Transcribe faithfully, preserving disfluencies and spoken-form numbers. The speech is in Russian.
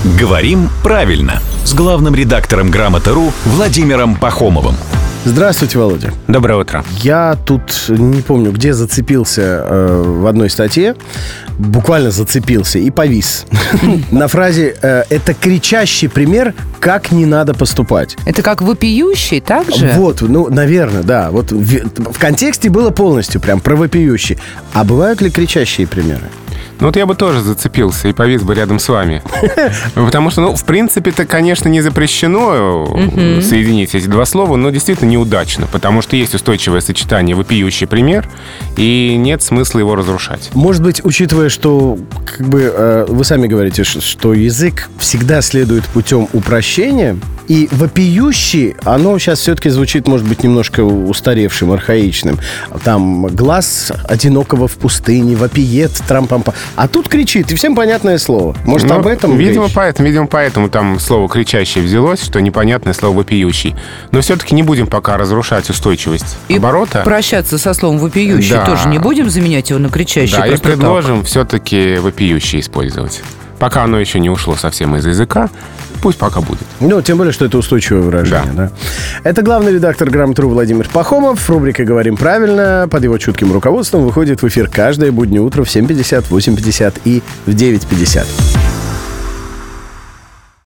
Говорим правильно с главным редактором Грамоты.ру Владимиром Пахомовым. Здравствуйте, Володя. Доброе утро. Я тут не помню, где зацепился э, в одной статье, буквально зацепился и повис на фразе э, «это кричащий пример, как не надо поступать». Это как вопиющий, так же? Вот, ну, наверное, да. Вот в, в контексте было полностью прям про вопиющий. А бывают ли кричащие примеры? Ну вот я бы тоже зацепился и повис бы рядом с вами. Потому что, ну, в принципе-то, конечно, не запрещено соединить эти два слова, но действительно неудачно, потому что есть устойчивое сочетание «вопиющий пример», и нет смысла его разрушать. Может быть, учитывая, что как бы э, вы сами говорите, что язык всегда следует путем упрощения, и вопиющий, оно сейчас все-таки звучит, может быть, немножко устаревшим, архаичным. Там глаз одинокого в пустыне, вопиет, трам-пам-пам. А тут кричит, и всем понятное слово. Может, ну, об этом видимо, речь? поэтому, видимо, поэтому там слово «кричащий» взялось, что непонятное слово «вопиющий». Но все-таки не будем пока разрушать устойчивость И оборота. прощаться со словом «вопиющий» Да. тоже не будем заменять его на «кричащий». Да, и просто предложим так. все-таки «вопиющий» использовать. Пока оно еще не ушло совсем из языка, пусть пока будет. Ну, тем более, что это устойчивое выражение, да. да? Это главный редактор Грамоты.ру Владимир Пахомов. Рубрика «Говорим правильно» под его чутким руководством выходит в эфир каждое буднее утро в семь пятьдесят, восемь пятьдесят и в девять пятьдесят.